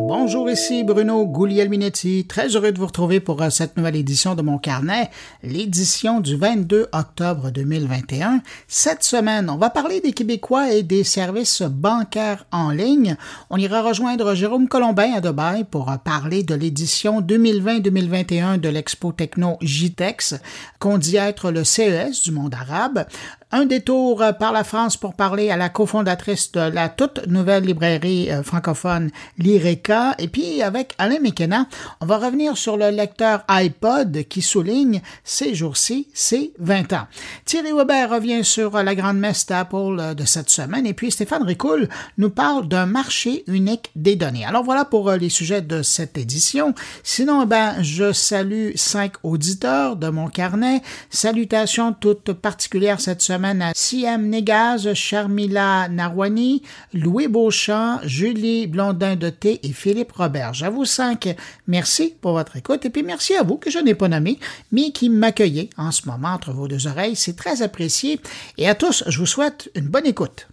Bonjour, ici Bruno Guglielminetti. Très heureux de vous retrouver pour cette nouvelle édition de mon carnet, l'édition du 22 octobre 2021. Cette semaine, on va parler des Québécois et des services bancaires en ligne. On ira rejoindre Jérôme Colombin à Dubaï pour parler de l'édition 2020-2021 de l'Expo Techno JTEX, qu'on dit être le CES du monde arabe. Un détour par la France pour parler à la cofondatrice de la toute nouvelle librairie francophone Lyreca. Et puis, avec Alain McKenna, on va revenir sur le lecteur iPod qui souligne ces jours-ci, c'est 20 ans. Thierry Weber revient sur la grande messe d'Apple de cette semaine. Et puis, Stéphane Ricoul nous parle d'un marché unique des données. Alors, voilà pour les sujets de cette édition. Sinon, je salue 5 auditeurs de mon carnet. Salutations toutes particulières cette semaine à Siem Negaz, Charmila Narwani, Louis Beauchamp, Julie Blondin de Thé et Philippe Robert. À vous 5, merci pour votre écoute et puis merci à vous que je n'ai pas nommé, mais qui m'accueillez en ce moment entre vos deux oreilles. C'est très apprécié et à tous, je vous souhaite une bonne écoute.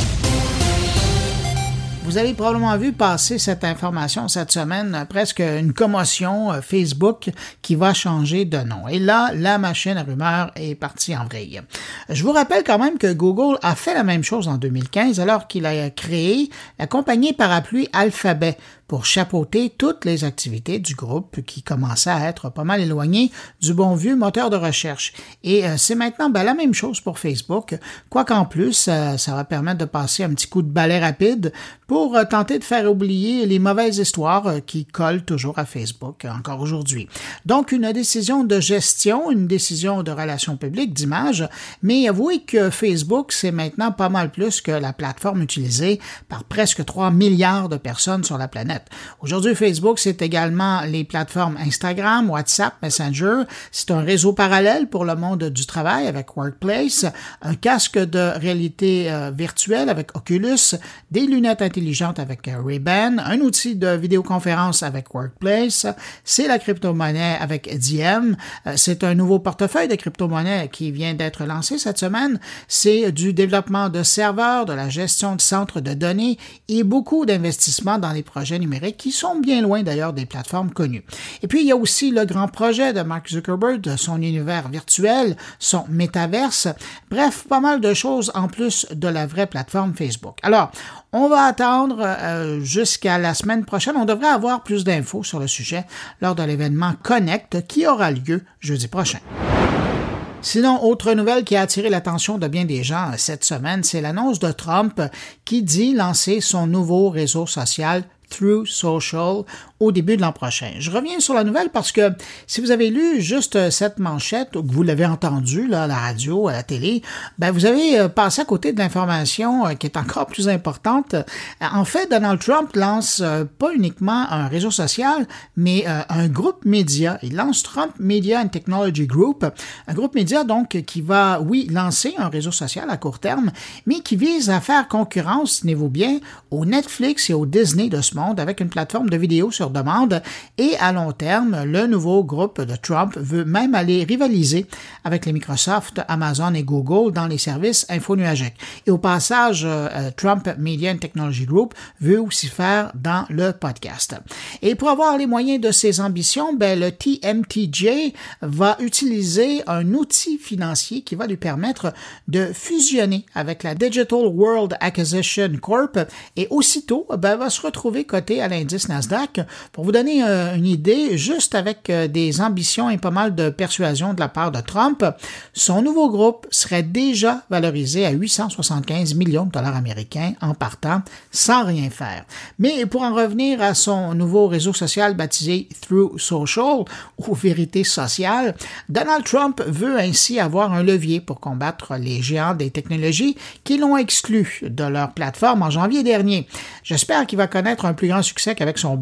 Vous avez probablement vu passer cette information cette semaine, presque une commotion Facebook qui va changer de nom. Et là, la machine à rumeurs est partie en vrille. Je vous rappelle quand même que Google a fait la même chose en 2015 alors qu'il a créé la compagnie parapluie Alphabet pour chapeauter toutes les activités du groupe qui commençait à être pas mal éloigné du bon vieux moteur de recherche. Et c'est maintenant la même chose pour Facebook, quoiqu'en plus, ça va permettre de passer un petit coup de balai rapide pour tenter de faire oublier les mauvaises histoires qui collent toujours à Facebook encore aujourd'hui. Donc, une décision de gestion, une décision de relations publiques, d'image, mais avouez que Facebook, c'est maintenant pas mal plus que la plateforme utilisée par presque 3 milliards de personnes sur la planète. Aujourd'hui, Facebook, c'est également les plateformes Instagram, WhatsApp, Messenger. C'est un réseau parallèle pour le monde du travail avec Workplace, un casque de réalité virtuelle avec Oculus, des lunettes intelligentes avec Ray-Ban, un outil de vidéoconférence avec Workplace, c'est la crypto-monnaie avec Diem, c'est un nouveau portefeuille de crypto-monnaie qui vient d'être lancé cette semaine, c'est du développement de serveurs, de la gestion de centres de données et beaucoup d'investissements dans les projets numériques qui sont bien loin d'ailleurs des plateformes connues. Et puis, il y a aussi le grand projet de Mark Zuckerberg, son univers virtuel, son métaverse. Bref, pas mal de choses en plus de la vraie plateforme Facebook. Alors, on va attendre jusqu'à la semaine prochaine. On devrait avoir plus d'infos sur le sujet lors de l'événement Connect qui aura lieu jeudi prochain. Sinon, autre nouvelle qui a attiré l'attention de bien des gens cette semaine, c'est l'annonce de Trump qui dit lancer son nouveau réseau social Truth Social au début de l'an prochain. Je reviens sur la nouvelle parce que si vous avez lu juste cette manchette ou que vous l'avez entendue là, à la radio, à la télé, vous avez passé à côté de l'information qui est encore plus importante. En fait, Donald Trump lance pas uniquement un réseau social, mais un groupe média. Il lance Trump Media and Technology Group, un groupe média donc qui va, oui, lancer un réseau social à court terme, mais qui vise à faire concurrence, tenez-vous bien, au Netflix et au Disney de ce monde avec une plateforme de vidéo sur demande et à long terme, le nouveau groupe de Trump veut même aller rivaliser avec les Microsoft, Amazon et Google dans les services infonuagiques. Et au passage, Trump Media and Technology Group veut aussi faire dans le podcast. Et pour avoir les moyens de ses ambitions, le TMTJ va utiliser un outil financier qui va lui permettre de fusionner avec la Digital World Acquisition Corp et aussitôt va se retrouver coté à l'indice Nasdaq. Pour vous donner une idée, juste avec des ambitions et pas mal de persuasion de la part de Trump, son nouveau groupe serait déjà valorisé à 875 millions de dollars américains en partant sans rien faire. Mais pour en revenir à son nouveau réseau social baptisé Truth Social ou Vérité sociale, Donald Trump veut ainsi avoir un levier pour combattre les géants des technologies qui l'ont exclu de leur plateforme en janvier dernier. J'espère qu'il va connaître un plus grand succès qu'avec son blog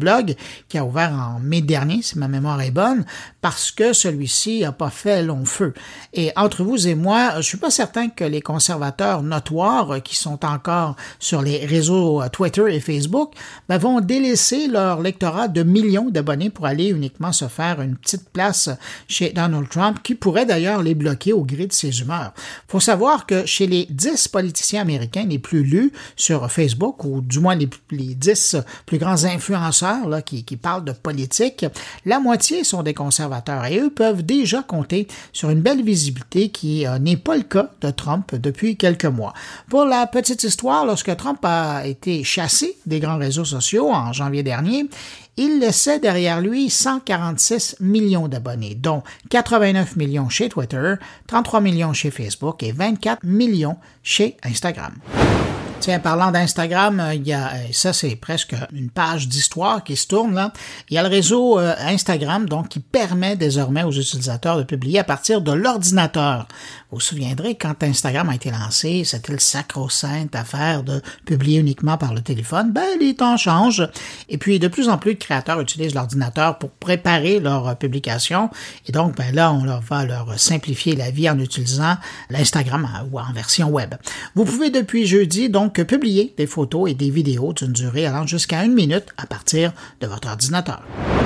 qui a ouvert en mai dernier, si ma mémoire est bonne, parce que celui-ci n'a pas fait long feu. Et entre vous et moi, je suis pas certain que les conservateurs notoires qui sont encore sur les réseaux Twitter et Facebook vont délaisser leur lectorat de millions d'abonnés pour aller uniquement se faire une petite place chez Donald Trump, qui pourrait d'ailleurs les bloquer au gré de ses humeurs. Faut savoir que chez les 10 politiciens américains les plus lus sur Facebook, ou du moins les 10 plus grands influenceurs là, qui parlent de politique, la moitié sont des conservateurs et eux peuvent déjà compter sur une belle visibilité qui n'est pas le cas de Trump depuis quelques mois. Pour la petite histoire, lorsque Trump a été chassé des grands réseaux sociaux en janvier dernier, il laissait derrière lui 146 millions d'abonnés, dont 89 millions chez Twitter, 33 millions chez Facebook et 24 millions chez Instagram. Tiens, parlant d'Instagram, ça c'est presque une page d'histoire qui se tourne là. Il y a le réseau Instagram donc qui permet désormais aux utilisateurs de publier à partir de l'ordinateur. Vous vous souviendrez, quand Instagram a été lancé, c'était le sacro-sainte affaire de publier uniquement par le téléphone. Les temps changent. Et puis, de plus en plus de créateurs utilisent l'ordinateur pour préparer leur publication. Et donc, là, on va leur simplifier la vie en utilisant l'Instagram ou en version web. Vous pouvez depuis jeudi, donc, publier des photos et des vidéos d'une durée allant jusqu'à 1 minute à partir de votre ordinateur.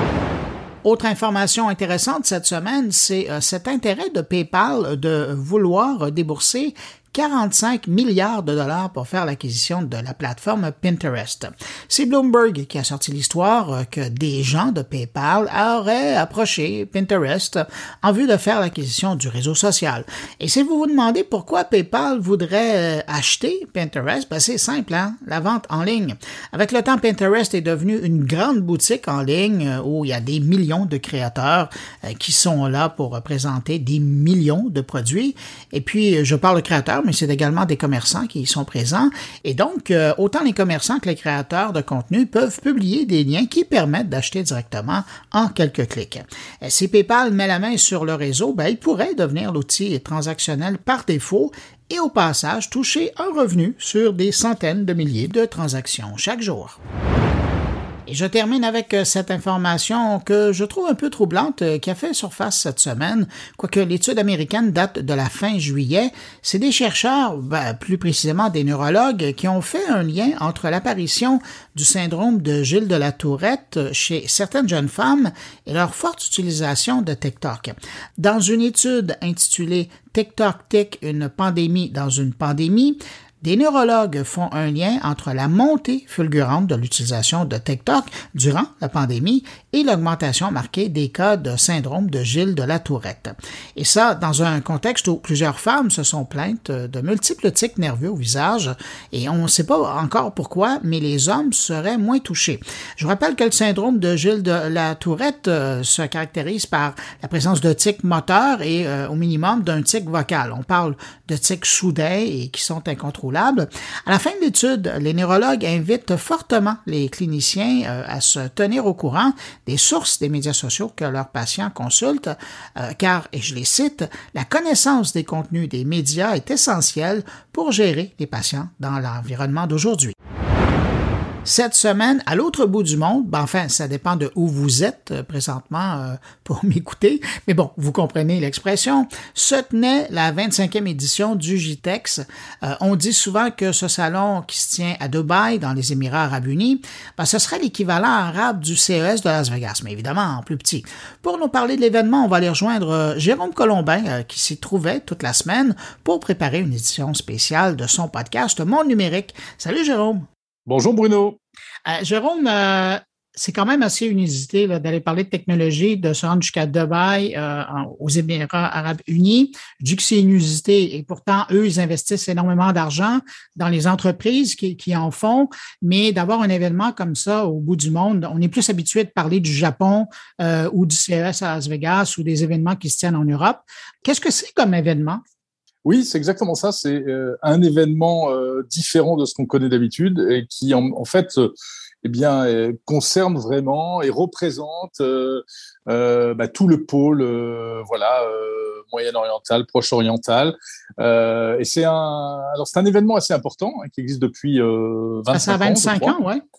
Autre information intéressante cette semaine, c'est cet intérêt de PayPal de vouloir débourser 45 milliards de dollars pour faire l'acquisition de la plateforme Pinterest. C'est Bloomberg qui a sorti l'histoire que des gens de PayPal auraient approché Pinterest en vue de faire l'acquisition du réseau social. Et si vous vous demandez pourquoi PayPal voudrait acheter Pinterest, c'est simple, la vente en ligne. Avec le temps, Pinterest est devenu une grande boutique en ligne où il y a des millions de créateurs qui sont là pour présenter des millions de produits. Et puis, je parle de créateurs, mais c'est également des commerçants qui y sont présents. Et donc, autant les commerçants que les créateurs de contenu peuvent publier des liens qui permettent d'acheter directement en quelques clics. Si PayPal met la main sur le réseau, il pourrait devenir l'outil transactionnel par défaut et au passage toucher un revenu sur des centaines de milliers de transactions chaque jour. Et je termine avec cette information que je trouve un peu troublante qui a fait surface cette semaine, quoique l'étude américaine date de la fin juillet. C'est des chercheurs, plus précisément des neurologues, qui ont fait un lien entre l'apparition du syndrome de Gilles de la Tourette chez certaines jeunes femmes et leur forte utilisation de TikTok. Dans une étude intitulée TikTok Tic, une pandémie dans une pandémie, des neurologues font un lien entre la montée fulgurante de l'utilisation de TikTok durant la pandémie et l'augmentation marquée des cas de syndrome de Gilles de la Tourette. Et ça, dans un contexte où plusieurs femmes se sont plaintes de multiples tics nerveux au visage, et on ne sait pas encore pourquoi, mais les hommes seraient moins touchés. Je vous rappelle que le syndrome de Gilles de la Tourette se caractérise par la présence de tics moteurs et au minimum d'un tic vocal. On parle de tics soudains et qui sont incontrôlables. À la fin de l'étude, les neurologues invitent fortement les cliniciens à se tenir au courant des sources des médias sociaux que leurs patients consultent, car, et je les cite, « La connaissance des contenus des médias est essentielle pour gérer les patients dans l'environnement d'aujourd'hui. » Cette semaine, à l'autre bout du monde, ça dépend de où vous êtes présentement pour m'écouter, mais bon, vous comprenez l'expression, se tenait la 25e édition du GITEX. On dit souvent que ce salon qui se tient à Dubaï, dans les Émirats arabes unis, ce serait l'équivalent arabe du CES de Las Vegas, mais évidemment en plus petit. Pour nous parler de l'événement, on va aller rejoindre Jérôme Colombin, qui s'y trouvait toute la semaine pour préparer une édition spéciale de son podcast Monde numérique. Salut Jérôme! Bonjour Bruno. Jérôme, c'est quand même assez inusité d'aller parler de technologie, de se rendre jusqu'à Dubaï, aux Émirats arabes unis. Je dis que c'est inusité et pourtant, eux, ils investissent énormément d'argent dans les entreprises qui en font, mais d'avoir un événement comme ça au bout du monde, on est plus habitué de parler du Japon ou du CES à Las Vegas ou des événements qui se tiennent en Europe. Qu'est-ce que c'est comme événement? Oui, c'est exactement ça. C'est un événement différent de ce qu'on connaît d'habitude et qui, en fait, concerne vraiment et représente tout le pôle, moyen-oriental, proche-oriental. Et c'est un événement assez important qui existe depuis 25 ans. Ça a 25 ans, ouais.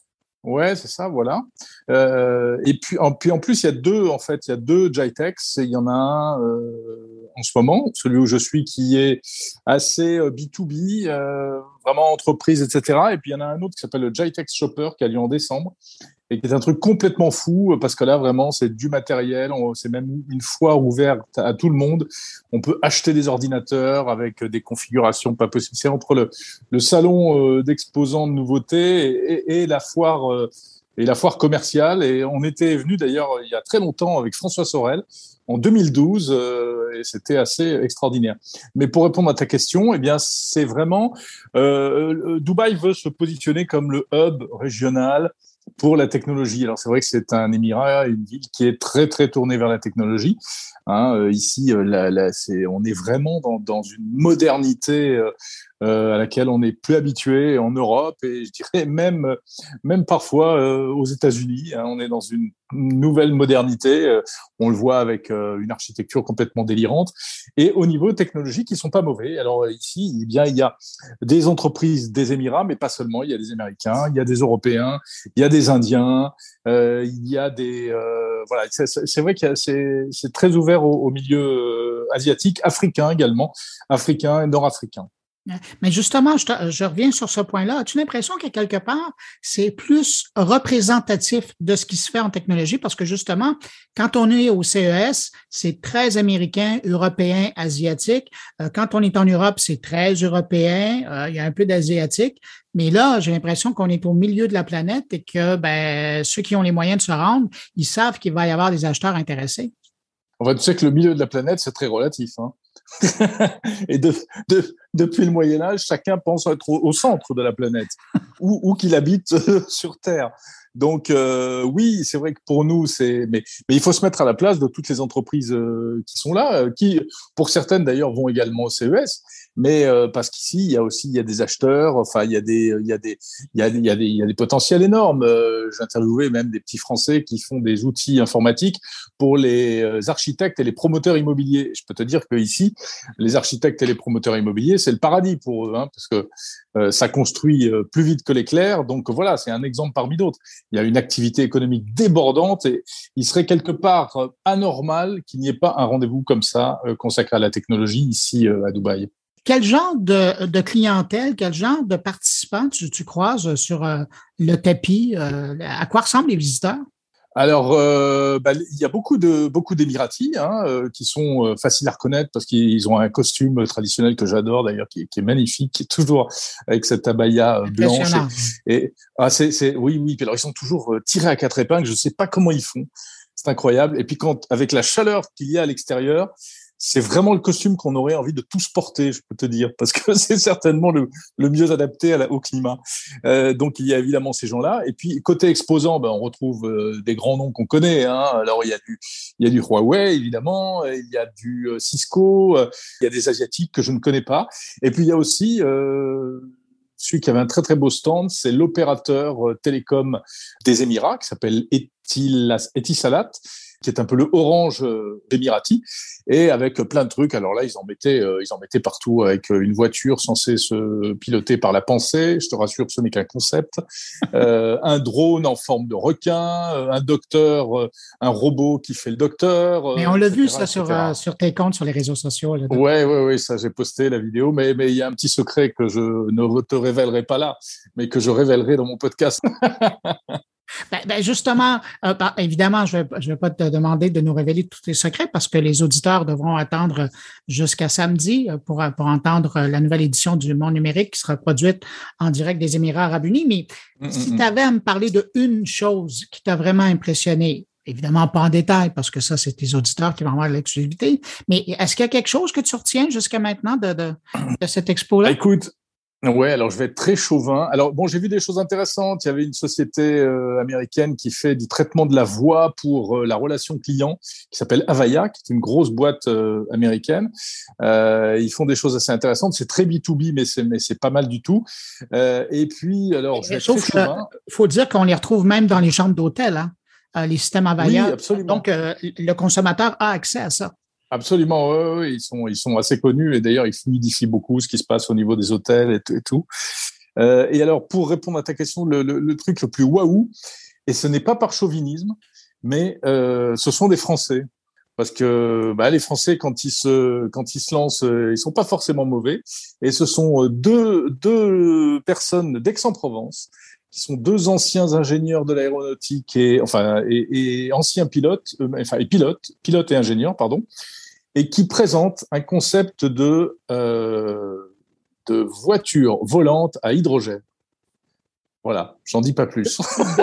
Ouais, c'est ça, voilà. Et puis en plus, il y a deux GITEX. Il y en a un en ce moment, celui où je suis, qui est assez B2B, vraiment entreprise, etc. Et puis il y en a un autre qui s'appelle le GITEX Shopper qui a lieu en décembre et qui est un truc complètement fou parce que là, vraiment, c'est du matériel. C'est même une foire ouverte à tout le monde. On peut acheter des ordinateurs avec des configurations pas possibles. C'est entre le salon d'exposants de nouveautés et la foire et la foire commerciale. Et on était venu d'ailleurs il y a très longtemps avec François Sorel en 2012 et c'était assez extraordinaire. Mais pour répondre à ta question, eh bien c'est vraiment Dubaï veut se positionner comme le hub régional pour la technologie. Alors c'est vrai que c'est un émirat, une ville qui est très très tournée vers la technologie. Ici, on est vraiment dans une modernité à laquelle on n'est plus habitué en Europe et je dirais même parfois aux États-Unis. On est dans une nouvelle modernité. On le voit avec une architecture complètement délirante. Et au niveau technologique, ils sont pas mauvais. Alors ici, eh bien, il y a des entreprises des Émirats, mais pas seulement. Il y a des Américains, il y a des Européens, il y a des Indiens, il y a des voilà. C'est vrai que c'est très ouvert au milieu asiatique, africain également, africain et nord-africain. Mais justement, je reviens sur ce point-là. As-tu l'impression que quelque part, c'est plus représentatif de ce qui se fait en technologie? Parce que justement, quand on est au CES, c'est très américain, européen, asiatique. Quand on est en Europe, c'est très européen. Il y a un peu d'asiatique. Mais là, j'ai l'impression qu'on est au milieu de la planète et que ceux qui ont les moyens de se rendre, ils savent qu'il va y avoir des acheteurs intéressés. En fait, tu sais que le milieu de la planète, c'est très relatif. Hein. Et depuis le Moyen-Âge, chacun pense être au centre de la planète, où qu'il habite sur Terre. Donc, oui, c'est vrai que pour nous, mais il faut se mettre à la place de toutes les entreprises qui sont là, qui, pour certaines d'ailleurs, vont également au CES. Mais parce qu'ici, il y a des acheteurs, enfin, il y a des potentiels énormes. J'ai interviewé même des petits Français qui font des outils informatiques pour les architectes et les promoteurs immobiliers. Je peux te dire que ici, les architectes et les promoteurs immobiliers, c'est le paradis pour eux, hein, parce que ça construit plus vite que l'éclair. Donc voilà, c'est un exemple parmi d'autres. Il y a une activité économique débordante et il serait quelque part anormal qu'il n'y ait pas un rendez-vous comme ça consacré à la technologie ici à Dubaï. Quel genre de clientèle, quel genre de participants tu croises sur le tapis? À quoi ressemblent les visiteurs? Alors, il y a beaucoup d'Émiratis qui sont faciles à reconnaître parce qu'ils ont un costume traditionnel que j'adore d'ailleurs, qui est magnifique, qui est toujours avec cette abaya blanche. Oui. Puis alors ils sont toujours tirés à quatre épingles. Je sais pas comment ils font. C'est incroyable. Et puis avec la chaleur qu'il y a à l'extérieur, c'est vraiment le costume qu'on aurait envie de tous porter, je peux te dire, parce que c'est certainement le mieux adapté au climat. Donc, il y a évidemment ces gens-là. Et puis, côté exposant, on retrouve des grands noms qu'on connaît. Hein. Alors, il y a du Huawei, évidemment. Il y a du Cisco. Il y a des Asiatiques que je ne connais pas. Et puis, il y a aussi celui qui avait un très, très beau stand, c'est l'opérateur télécom des Émirats, qui s'appelle Etisalat, qui est un peu le Orange d'Emirati, et avec plein de trucs. Alors là, ils en mettaient partout avec une voiture censée se piloter par la pensée. Je te rassure, ce n'est qu'un concept. Un drone en forme de requin, un docteur, un robot qui fait le docteur. Mais on l'a vu ça sur tes comptes sur les réseaux sociaux. Là, ouais, ça j'ai posté la vidéo, mais il y a un petit secret que je ne te révélerai pas là, mais que je révélerai dans mon podcast. Justement, évidemment, je vais pas te demander de nous révéler tous les secrets parce que les auditeurs devront attendre jusqu'à samedi pour entendre la nouvelle édition du Monde numérique qui sera produite en direct des Émirats arabes unis. Mais si tu avais à me parler de une chose qui t'a vraiment impressionné, évidemment pas en détail parce que ça, c'est tes auditeurs qui vont avoir l'exclusivité, mais est-ce qu'il y a quelque chose que tu retiens jusqu'à maintenant de cette expo-là? Écoute, ouais, alors je vais être très chauvin. Alors bon, j'ai vu des choses intéressantes. Il y avait une société américaine qui fait du traitement de la voix pour la relation client, qui s'appelle Avaya, qui est une grosse boîte américaine. Ils font des choses assez intéressantes. C'est très B2B, mais c'est pas mal du tout. Et puis, alors, je vais être très chauvin. Faut dire qu'on les retrouve même dans les chambres d'hôtel, hein, les systèmes Avaya. Oui, absolument. Donc, le consommateur a accès à ça. Absolument, ils sont assez connus et d'ailleurs ils fluidifient beaucoup ce qui se passe au niveau des hôtels et tout. Et alors, pour répondre à ta question, le truc le plus waouh, et ce n'est pas par chauvinisme, mais ce sont des Français. Parce que les Français, quand ils se lancent, ils sont pas forcément mauvais. Et ce sont deux personnes d'Aix-en-Provence, qui sont deux anciens ingénieurs de l'aéronautique et anciens pilotes, pilotes et ingénieurs, pardon, et qui présentent un concept de voiture volante à hydrogène. Voilà, j'en dis pas plus.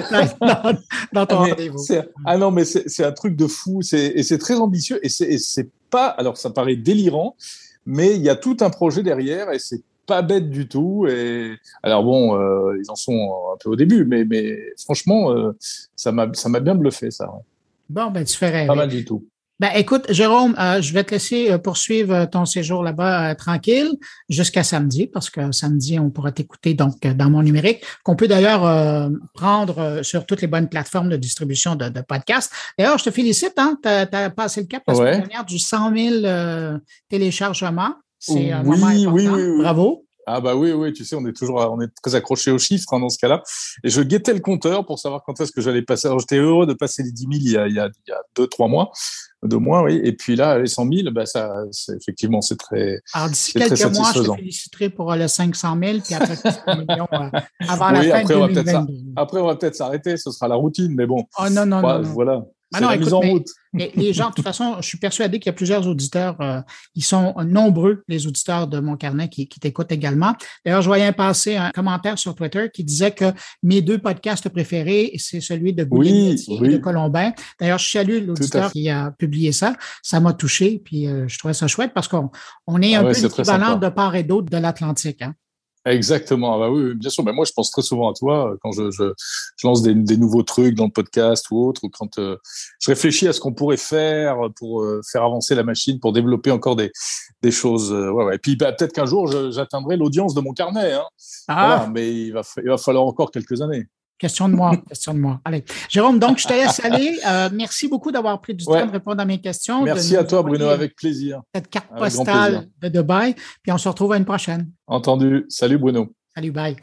dans ton rendez-vous. Mais c'est un truc de fou, c'est très ambitieux et c'est pas, alors ça paraît délirant, mais il y a tout un projet derrière et c'est pas bête du tout. Et alors bon, ils en sont un peu au début, mais franchement, ça m'a bien bluffé ça. Ouais. Bon, ben tu fais rêver. Pas mal du tout. Ben, écoute, Jérôme, je vais te laisser poursuivre ton séjour là-bas tranquille jusqu'à samedi, parce que samedi, on pourra t'écouter donc dans mon numérique, qu'on peut d'ailleurs prendre sur toutes les bonnes plateformes de distribution de podcasts. D'ailleurs, je te félicite, hein, tu as passé le cap la semaine dernière du 100 000 téléchargements. C'est un moment important. Oui. Bravo. Ah bah oui, tu sais, on est très accroché aux chiffres dans ce cas-là. Et je guettais le compteur pour savoir quand est-ce que j'allais passer. Alors j'étais heureux de passer les 10 000 il y a 2 mois. Oui. Et puis là, les 100 000, effectivement, c'est très. Alors d'ici quelques mois, je te féliciterai pour le 500 000, puis après 100 millions avant la fin de 2022. Après, on va peut-être s'arrêter, ce sera la routine, mais bon. Oh non. Voilà. C'est la mise en route. Mais les gens, de toute façon, je suis persuadé qu'il y a plusieurs auditeurs, ils sont nombreux, les auditeurs de Mon Carnet qui t'écoutent également. D'ailleurs, je voyais passer un commentaire sur Twitter qui disait que mes 2 podcasts préférés, c'est celui de Goulet et de Colombin. D'ailleurs, je salue l'auditeur qui a publié ça. Ça m'a touché, puis je trouvais ça chouette parce qu'on est un peu l'équivalent de part et d'autre de l'Atlantique. Hein. Exactement. Oui, bien sûr. Mais moi, je pense très souvent à toi quand je lance des nouveaux trucs dans le podcast ou autre, ou quand je réfléchis à ce qu'on pourrait faire pour faire avancer la machine, pour développer encore des choses. Et puis peut-être qu'un jour, j'atteindrai l'audience de Mon Carnet. Hein. Voilà, mais il va falloir encore quelques années. Question de moi. Allez. Jérôme, donc, je te laisse aller. Merci beaucoup d'avoir pris du temps de répondre à mes questions. Merci à toi, Bruno, avec plaisir. Cette carte postale de Dubaï. Puis on se retrouve à une prochaine. Entendu. Salut, Bruno. Salut, bye.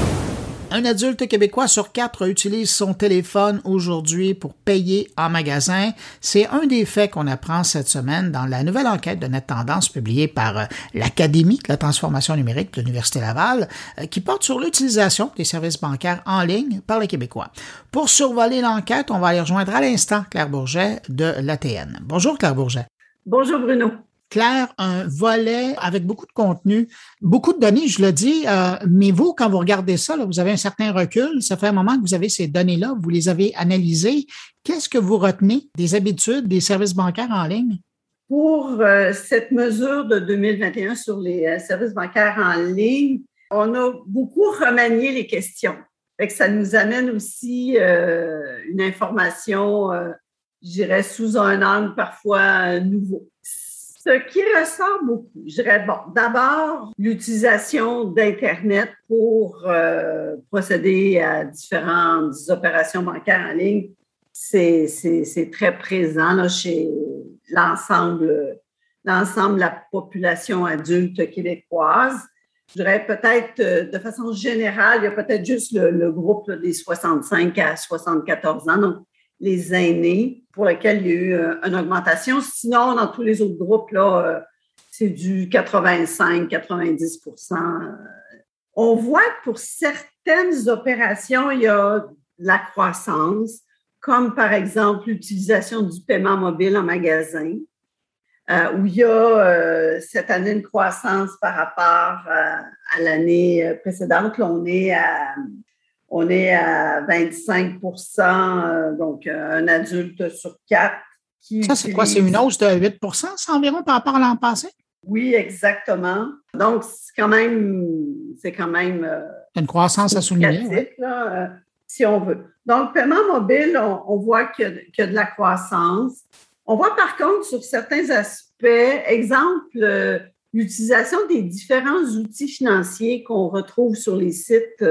Un adulte québécois sur 4 utilise son téléphone aujourd'hui pour payer en magasin. C'est un des faits qu'on apprend cette semaine dans la nouvelle enquête de Net Tendance publiée par l'Académie de la transformation numérique de l'Université Laval qui porte sur l'utilisation des services bancaires en ligne par les Québécois. Pour survoler l'enquête, on va aller rejoindre à l'instant Claire Bourget de l'ATN. Bonjour Claire Bourget. Bonjour Bruno. Claire, un volet avec beaucoup de contenu, beaucoup de données, je le dis, mais vous, quand vous regardez ça, là, vous avez un certain recul, ça fait un moment que vous avez ces données-là, vous les avez analysées. Qu'est-ce que vous retenez des habitudes des services bancaires en ligne? Pour cette mesure de 2021 sur les services bancaires en ligne, on a beaucoup remanié les questions. Fait que ça nous amène aussi une information, je dirais, sous un angle parfois nouveau. Ce qui ressort beaucoup, je dirais, d'abord, l'utilisation d'Internet pour procéder à différentes opérations bancaires en ligne, c'est très présent là, chez l'ensemble de la population adulte québécoise. Je dirais peut-être, de façon générale, il y a peut-être juste le groupe là, des 65 à 74 ans, donc les aînés, pour lesquels il y a eu une augmentation. Sinon, dans tous les autres groupes, là, c'est du 85-90%. On voit que pour certaines opérations, il y a de la croissance, comme par exemple l'utilisation du paiement mobile en magasin, où il y a cette année une croissance par rapport à l'année précédente. Là, on est à 25 %, donc un adulte sur 4. Ça, c'est quoi? C'est une hausse de 8 % c'est environ par rapport à l'an passé? Oui, exactement. Donc, c'est quand même une croissance à souligner. Là, si on veut. Donc, le paiement mobile, on voit qu'il y a de la croissance. On voit par contre sur certains aspects, exemple, l'utilisation des différents outils financiers qu'on retrouve sur les sites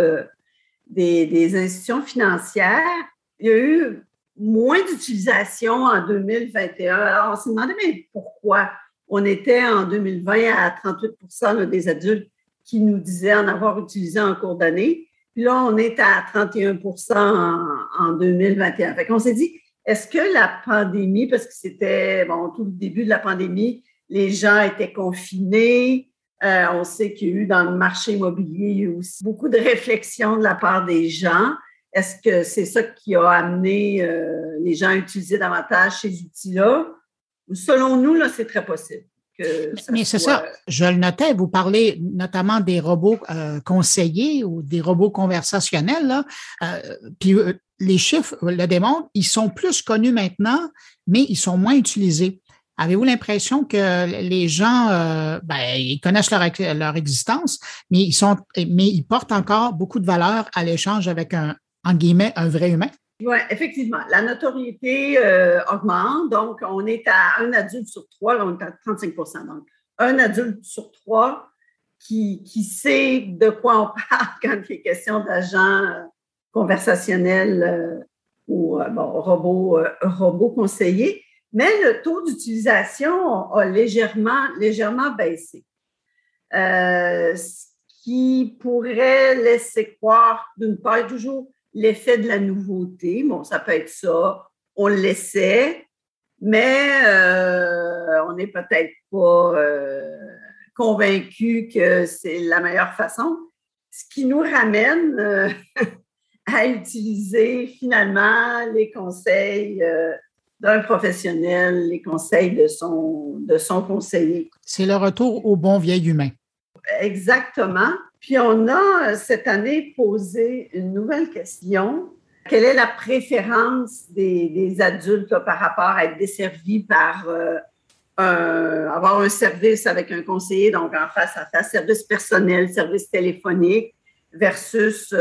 des institutions financières. Il y a eu moins d'utilisation en 2021. Alors, on s'est demandé, mais pourquoi? On était en 2020 à 38 % des adultes qui nous disaient en avoir utilisé en cours d'année. Puis là, on est à 31 en 2021. Fait qu'on s'est dit, est-ce que la pandémie, parce que c'était tout le début de la pandémie, les gens étaient confinés. On sait qu'il y a eu dans le marché immobilier, il y a eu aussi beaucoup de réflexions de la part des gens. Est-ce que c'est ça qui a amené les gens à utiliser davantage ces outils-là? Selon nous, là, c'est très possible. Mais c'est ça, je le notais, vous parlez notamment des robots conseillers ou des robots conversationnels, là. Puis les chiffres le démontrent, ils sont plus connus maintenant, mais ils sont moins utilisés. Avez-vous l'impression que les gens, ils connaissent leur existence, mais ils portent encore beaucoup de valeur à l'échange avec en guillemets, un vrai humain? Oui, effectivement. La notoriété augmente. Donc, on est à un adulte sur 3, là, on est à 35 %. Donc, un adulte sur 3 qui sait de quoi on parle quand il est question d'agents conversationnels ou robots conseillers. Mais le taux d'utilisation a légèrement baissé. Ce qui pourrait laisser croire, d'une part, toujours l'effet de la nouveauté. Bon, ça peut être ça. On l'essaie, mais on n'est peut-être pas convaincu que c'est la meilleure façon. Ce qui nous ramène à utiliser finalement les conseils d'un professionnel, les conseils de son conseiller. C'est le retour au bon vieil humain. Exactement. Puis on a cette année posé une nouvelle question. Quelle est la préférence des adultes là, par rapport à être desservis par avoir un service avec un conseiller, donc en face à face, service personnel, service téléphonique, versus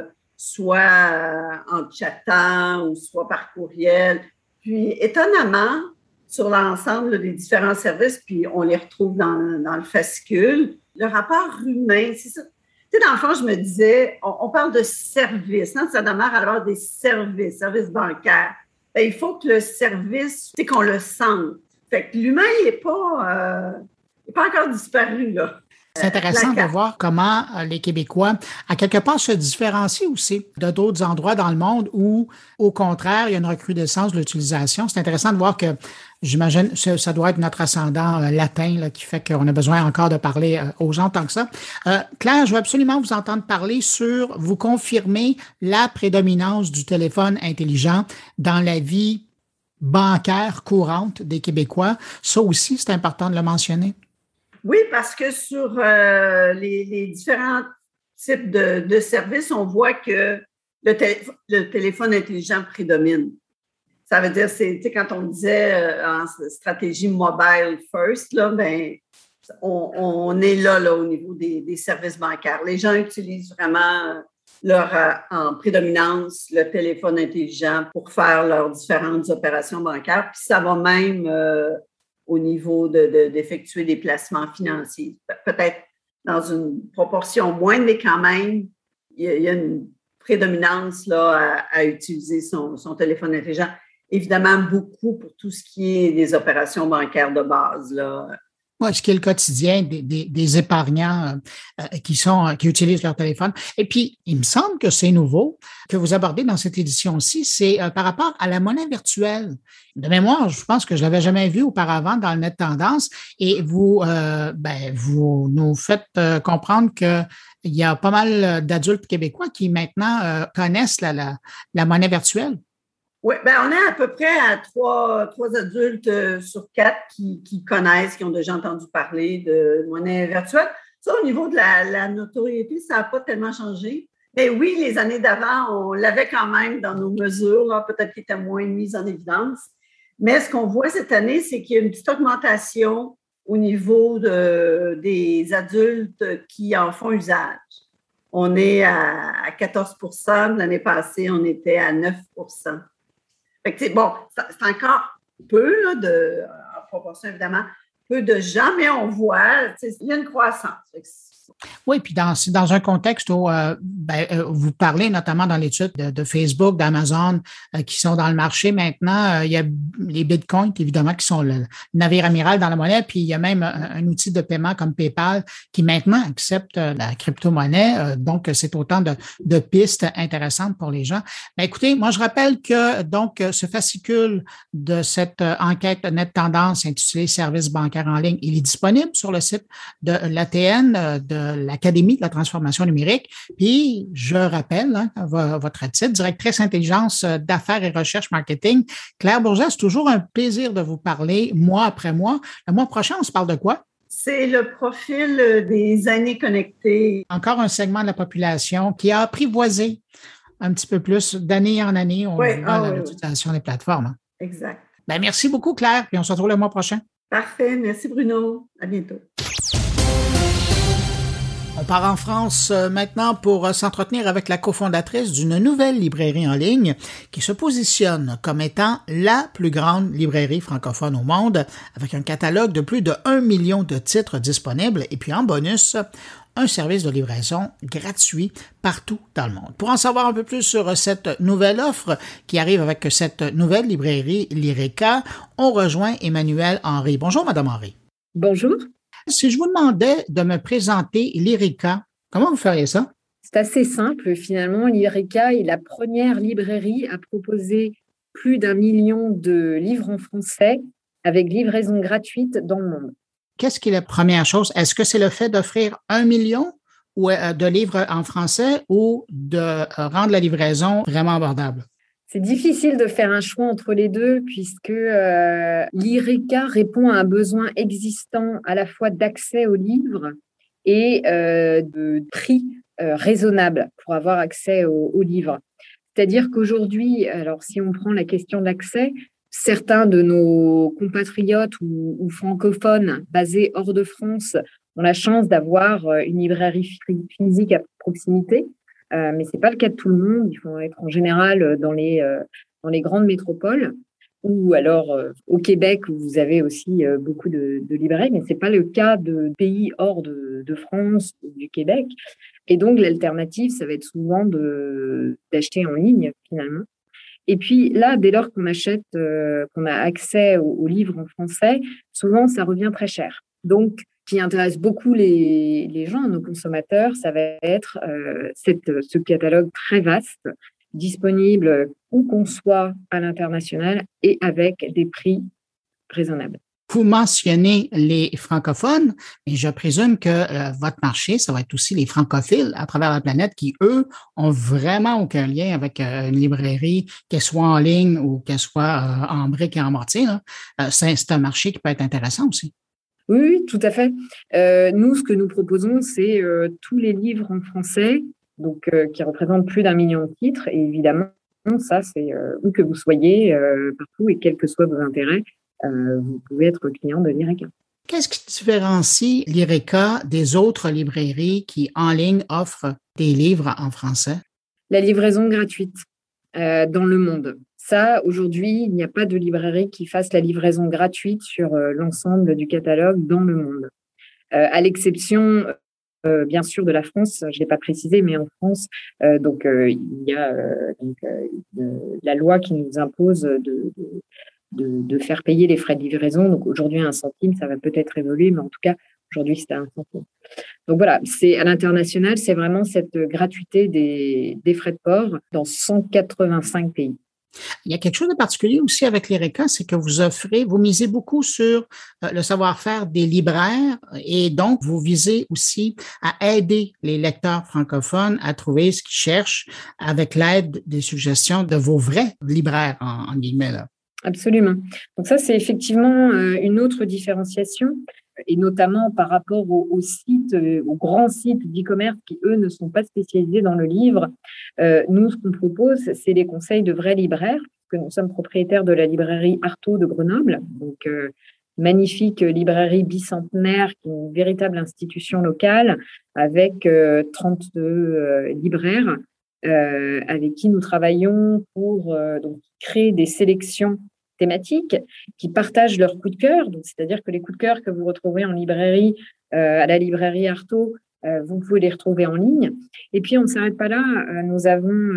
soit en chattant ou soit par courriel. Puis étonnamment, sur l'ensemble des différents services, puis on les retrouve dans le fascicule, le rapport humain, c'est ça. Tu sais, dans le fond, je me disais, on parle de services, hein, ça demeure alors des services bancaires. Bien, il faut que le service, tu sais, qu'on le sente. Fait que l'humain, il n'est pas encore disparu, là. C'est intéressant de voir comment les Québécois, à quelque part, se différencient aussi de d'autres endroits dans le monde où, au contraire, il y a une recrudescence de l'utilisation. C'est intéressant de voir que, j'imagine, ça doit être notre ascendant latin là, qui fait qu'on a besoin encore de parler aux gens tant que ça. Claire, je veux absolument vous entendre parler sur, vous confirmer la prédominance du téléphone intelligent dans la vie bancaire courante des Québécois. Ça aussi, c'est important de le mentionner. Oui, parce que sur les différents types de services, on voit que le téléphone intelligent prédomine. Ça veut dire, tu sais, quand on disait en stratégie mobile first, là, ben, on est là au niveau des services bancaires. Les gens utilisent vraiment en prédominance le téléphone intelligent pour faire leurs différentes opérations bancaires. Puis ça va même au niveau d'effectuer des placements financiers. Peut-être dans une proportion moindre, mais quand même, il y a une prédominance là, à utiliser son téléphone intelligent. Évidemment, beaucoup pour tout ce qui est des opérations bancaires de base, là. Oui, ce qui est le quotidien des épargnants qui utilisent leur téléphone. Et puis, il me semble que c'est nouveau que vous abordez dans cette édition-ci, c'est par rapport à la monnaie virtuelle. De mémoire, je pense que je l'avais jamais vu auparavant dans le Net Tendance et vous nous faites comprendre que il y a pas mal d'adultes québécois qui maintenant connaissent la monnaie virtuelle. Oui, bien, on est à peu près à 3 adultes sur 4 qui connaissent, qui ont déjà entendu parler de monnaie virtuelle. Ça, au niveau de la notoriété, ça n'a pas tellement changé. Mais oui, les années d'avant, on l'avait quand même dans nos mesures, là, peut-être qu'il était moins mis en évidence. Mais ce qu'on voit cette année, c'est qu'il y a une petite augmentation au niveau des adultes qui en font usage. On est à 14 %. L'année passée, on était à 9 %. Fait que, bon, c'est encore peu, là, en proportion évidemment, peu de gens, mais on voit, il y a une croissance. Oui, puis dans un contexte où vous parlez notamment dans l'étude de Facebook, d'Amazon, qui sont dans le marché maintenant, il y a les bitcoins, évidemment, qui sont le navire amiral dans la monnaie, puis il y a même un outil de paiement comme PayPal qui maintenant accepte la crypto-monnaie. Donc, c'est autant de pistes intéressantes pour les gens. Ben, écoutez, moi, je rappelle que donc ce fascicule de cette enquête Net Tendance intitulée Services bancaires en ligne, il est disponible sur le site de l'ATN, de l'Académie de la transformation numérique. Puis, je rappelle votre titre, directrice intelligence d'affaires et recherche marketing. Claire Bourget, c'est toujours un plaisir de vous parler mois après mois. Le mois prochain, on se parle de quoi? C'est le profil des années connectées. Encore un segment de la population qui a apprivoisé un petit peu plus d'année en année. On voit l'utilisation des plateformes. Exact. Ben, merci beaucoup, Claire, puis on se retrouve le mois prochain. Parfait. Merci, Bruno. À bientôt. On part en France maintenant pour s'entretenir avec la cofondatrice d'une nouvelle librairie en ligne qui se positionne comme étant la plus grande librairie francophone au monde, avec un catalogue de plus de 1 million de titres disponibles et puis en bonus, un service de livraison gratuit partout dans le monde. Pour en savoir un peu plus sur cette nouvelle offre qui arrive avec cette nouvelle librairie Lyrica, on rejoint Emmanuelle Henry. Bonjour, Madame Henry. Bonjour. Si je vous demandais de me présenter Lyrica, comment vous feriez ça? C'est assez simple. Finalement, Lyrica est la première librairie à proposer plus d'1 million de livres en français avec livraison gratuite dans le monde. Qu'est-ce qui est la première chose? Est-ce que c'est le fait d'offrir 1 million de livres en français ou de rendre la livraison vraiment abordable? C'est difficile de faire un choix entre les deux puisque Lyrica répond à un besoin existant à la fois d'accès aux livres et de prix raisonnable pour avoir accès aux livres. C'est-à-dire qu'aujourd'hui, alors si on prend la question de l'accès, certains de nos compatriotes ou francophones basés hors de France ont la chance d'avoir une librairie physique à proximité. Mais ce n'est pas le cas de tout le monde. Il faut être en général dans les grandes métropoles ou alors au Québec où vous avez aussi beaucoup de librairies, mais ce n'est pas le cas de pays hors de France ou du Québec. Et donc, l'alternative, ça va être souvent d'acheter en ligne finalement. Et puis là, dès lors qu'on achète, qu'on a accès aux livres en français, souvent, ça revient très cher. Donc, ce qui intéresse beaucoup les gens, nos consommateurs, ça va être ce catalogue très vaste, disponible où qu'on soit à l'international et avec des prix raisonnables. Vous mentionnez les francophones, mais je présume que votre marché, ça va être aussi les francophiles à travers la planète qui, eux, ont vraiment aucun lien avec une librairie, qu'elle soit en ligne ou qu'elle soit en briques et en mortier. C'est un marché qui peut être intéressant aussi. Oui, tout à fait. Nous, ce que nous proposons, c'est tous les livres en français, donc qui représentent plus d'1 million de titres. Et évidemment, ça, c'est où que vous soyez, partout, et quels que soient vos intérêts, vous pouvez être client de Lyrica. Qu'est-ce qui différencie Lyrica des autres librairies qui, en ligne, offrent des livres en français? La livraison gratuite dans le monde. Ça, aujourd'hui, il n'y a pas de librairie qui fasse la livraison gratuite sur l'ensemble du catalogue dans le monde. À l'exception, bien sûr, de la France, je ne l'ai pas précisé, mais en France, il y a la loi qui nous impose de faire payer les frais de livraison. Donc aujourd'hui, 1 centime, ça va peut-être évoluer, mais en tout cas, aujourd'hui, c'est à 1 centime. Donc voilà, c'est à l'international, c'est vraiment cette gratuité des frais de port dans 185 pays. Il y a quelque chose de particulier aussi avec Lyrica, c'est que vous misez beaucoup sur le savoir-faire des libraires et donc vous visez aussi à aider les lecteurs francophones à trouver ce qu'ils cherchent avec l'aide des suggestions de vos vrais libraires, en guillemets, là. Absolument. Donc ça, c'est effectivement une autre différenciation, et notamment par rapport aux sites, aux grands sites d'e-commerce qui, eux, ne sont pas spécialisés dans le livre. Nous, ce qu'on propose, c'est les conseils de vrais libraires, parce que nous sommes propriétaires de la librairie Artaud de Grenoble, donc magnifique librairie bicentenaire, qui est une véritable institution locale, avec 32 libraires avec qui nous travaillons pour donc créer des sélections thématiques qui partagent leurs coups de cœur. Donc, c'est-à-dire que les coups de cœur que vous retrouvez en librairie, à la librairie Artaud, vous pouvez les retrouver en ligne. Et puis, on ne s'arrête pas là. Nous avons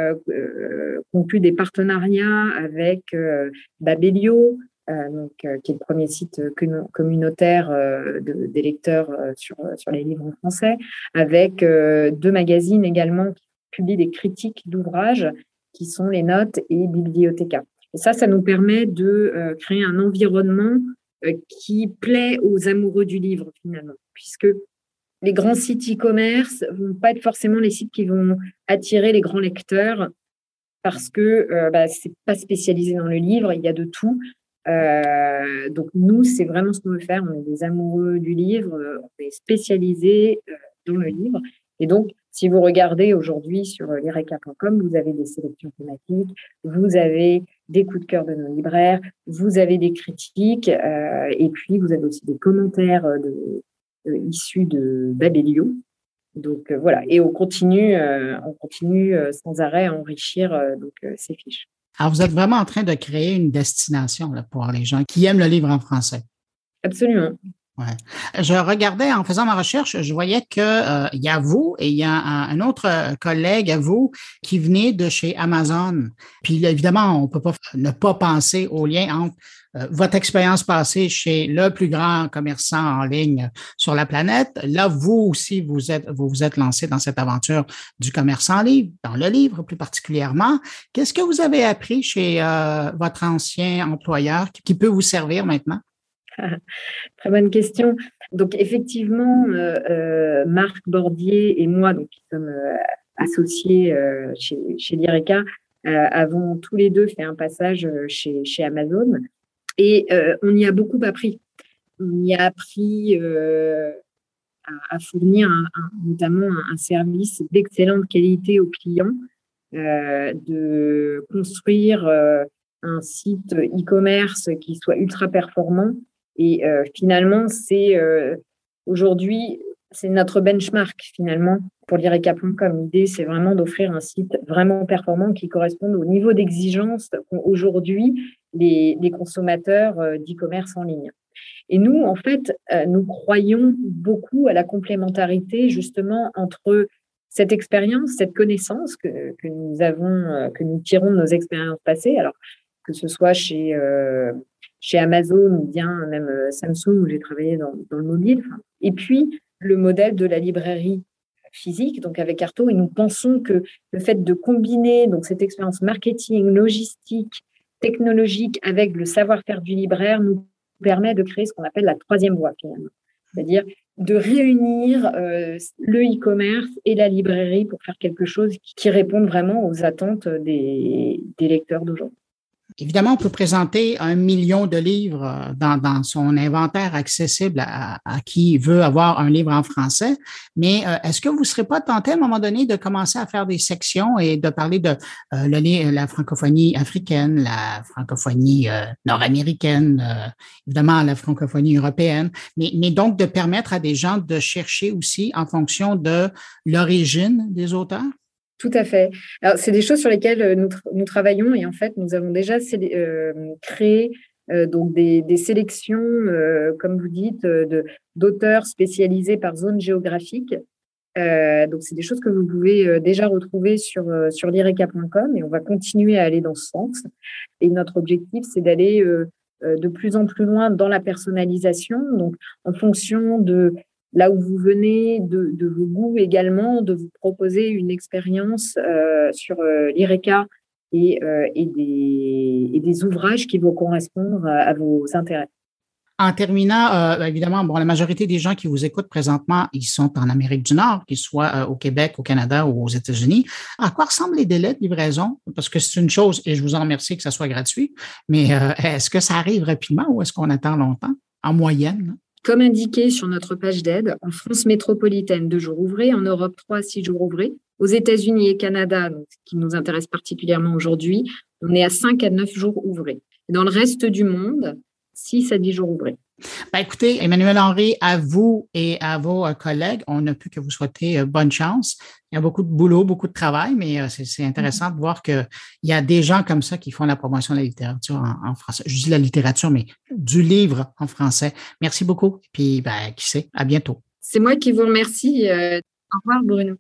conclu des partenariats avec Babelio, qui est le premier site communautaire des lecteurs sur les livres en français, avec 2 magazines également qui publient des critiques d'ouvrages qui sont Les Notes et Bibliothéca. Et ça nous permet de créer un environnement qui plaît aux amoureux du livre finalement, puisque les grands sites e-commerce vont pas être forcément les sites qui vont attirer les grands lecteurs parce que c'est pas spécialisé dans le livre, il y a de tout. Donc nous, c'est vraiment ce qu'on veut faire. On est des amoureux du livre, on est spécialisés dans le livre. Et donc, si vous regardez aujourd'hui sur lireka.com, vous avez des sélections thématiques, vous avez des coups de cœur de nos libraires, vous avez des critiques, et puis vous avez aussi des commentaires issus de Babelio. Donc voilà, et on continue sans arrêt à enrichir ces fiches. Alors, vous êtes vraiment en train de créer une destination là, pour les gens qui aiment le livre en français. Absolument. Ouais. Je regardais en faisant ma recherche, je voyais que il y a vous et il y a un autre collègue à vous qui venait de chez Amazon. Puis là, évidemment, on peut pas ne pas penser au lien entre votre expérience passée chez le plus grand commerçant en ligne sur la planète. Là, vous aussi, vous vous êtes lancé dans cette aventure du commerce en ligne, dans le livre plus particulièrement. Qu'est-ce que vous avez appris chez votre ancien employeur qui peut vous servir maintenant? Très bonne question. Donc, effectivement, Marc Bordier et moi, donc, qui sommes associés chez Lireka, avons tous les deux fait un passage chez Amazon et on y a beaucoup appris. On y a appris à fournir notamment un service d'excellente qualité aux clients, de construire un site e-commerce qui soit ultra performant. Et finalement, aujourd'hui, c'est notre benchmark finalement pour lireka.com. L'idée, c'est vraiment d'offrir un site vraiment performant qui corresponde au niveau d'exigence qu'ont aujourd'hui les consommateurs d'e-commerce en ligne. Et nous, en fait, nous croyons beaucoup à la complémentarité justement entre cette expérience, cette connaissance que nous avons, que nous tirons de nos expériences passées. Alors, que ce soit chez Amazon ou bien même Samsung où j'ai travaillé dans le mobile. Et puis, le modèle de la librairie physique, donc avec Artaud, et nous pensons que le fait de combiner donc, cette expérience marketing, logistique, technologique avec le savoir-faire du libraire nous permet de créer ce qu'on appelle la troisième voie finalement. C'est-à-dire de réunir le e-commerce et la librairie pour faire quelque chose qui réponde vraiment aux attentes des lecteurs d'aujourd'hui. Évidemment, on peut présenter 1 million de livres dans son inventaire accessible à qui veut avoir un livre en français, mais est-ce que vous ne serez pas tenté à un moment donné de commencer à faire des sections et de parler de la francophonie africaine, la francophonie nord-américaine, évidemment la francophonie européenne, mais donc de permettre à des gens de chercher aussi en fonction de l'origine des auteurs? Tout à fait. Alors, c'est des choses sur lesquelles nous travaillons et en fait, nous avons déjà créé donc des sélections, comme vous dites, d'auteurs spécialisés par zone géographique. Donc, c'est des choses que vous pouvez déjà retrouver sur lireka.com et on va continuer à aller dans ce sens. Et notre objectif, c'est d'aller de plus en plus loin dans la personnalisation, donc en fonction de là où vous venez, de vos goûts également, de vous proposer une expérience sur Lireka et des ouvrages qui vont correspondre à vos intérêts. En terminant, évidemment, la majorité des gens qui vous écoutent présentement, ils sont en Amérique du Nord, qu'ils soient au Québec, au Canada ou aux États-Unis. À quoi ressemblent les délais de livraison? Parce que c'est une chose, et je vous en remercie que ça soit gratuit, mais est-ce que ça arrive rapidement ou est-ce qu'on attend longtemps, en moyenne? Comme indiqué sur notre page d'aide, en France métropolitaine, 2 jours ouvrés, en Europe, 3 à 6 jours ouvrés, aux États-Unis et Canada, donc, ce qui nous intéresse particulièrement aujourd'hui, on est à 5 à 9 jours ouvrés. Et dans le reste du monde, 6 à 10 jours ouvrés. Écoutez, Emmanuelle Henry, à vous et à vos collègues, on ne peut que vous souhaiter bonne chance. Il y a beaucoup de boulot, beaucoup de travail, mais c'est intéressant de voir qu'il y a des gens comme ça qui font la promotion de la littérature en français. Je dis la littérature, mais du livre en français. Merci beaucoup. Puis, qui sait, à bientôt. C'est moi qui vous remercie. Au revoir, Bruno.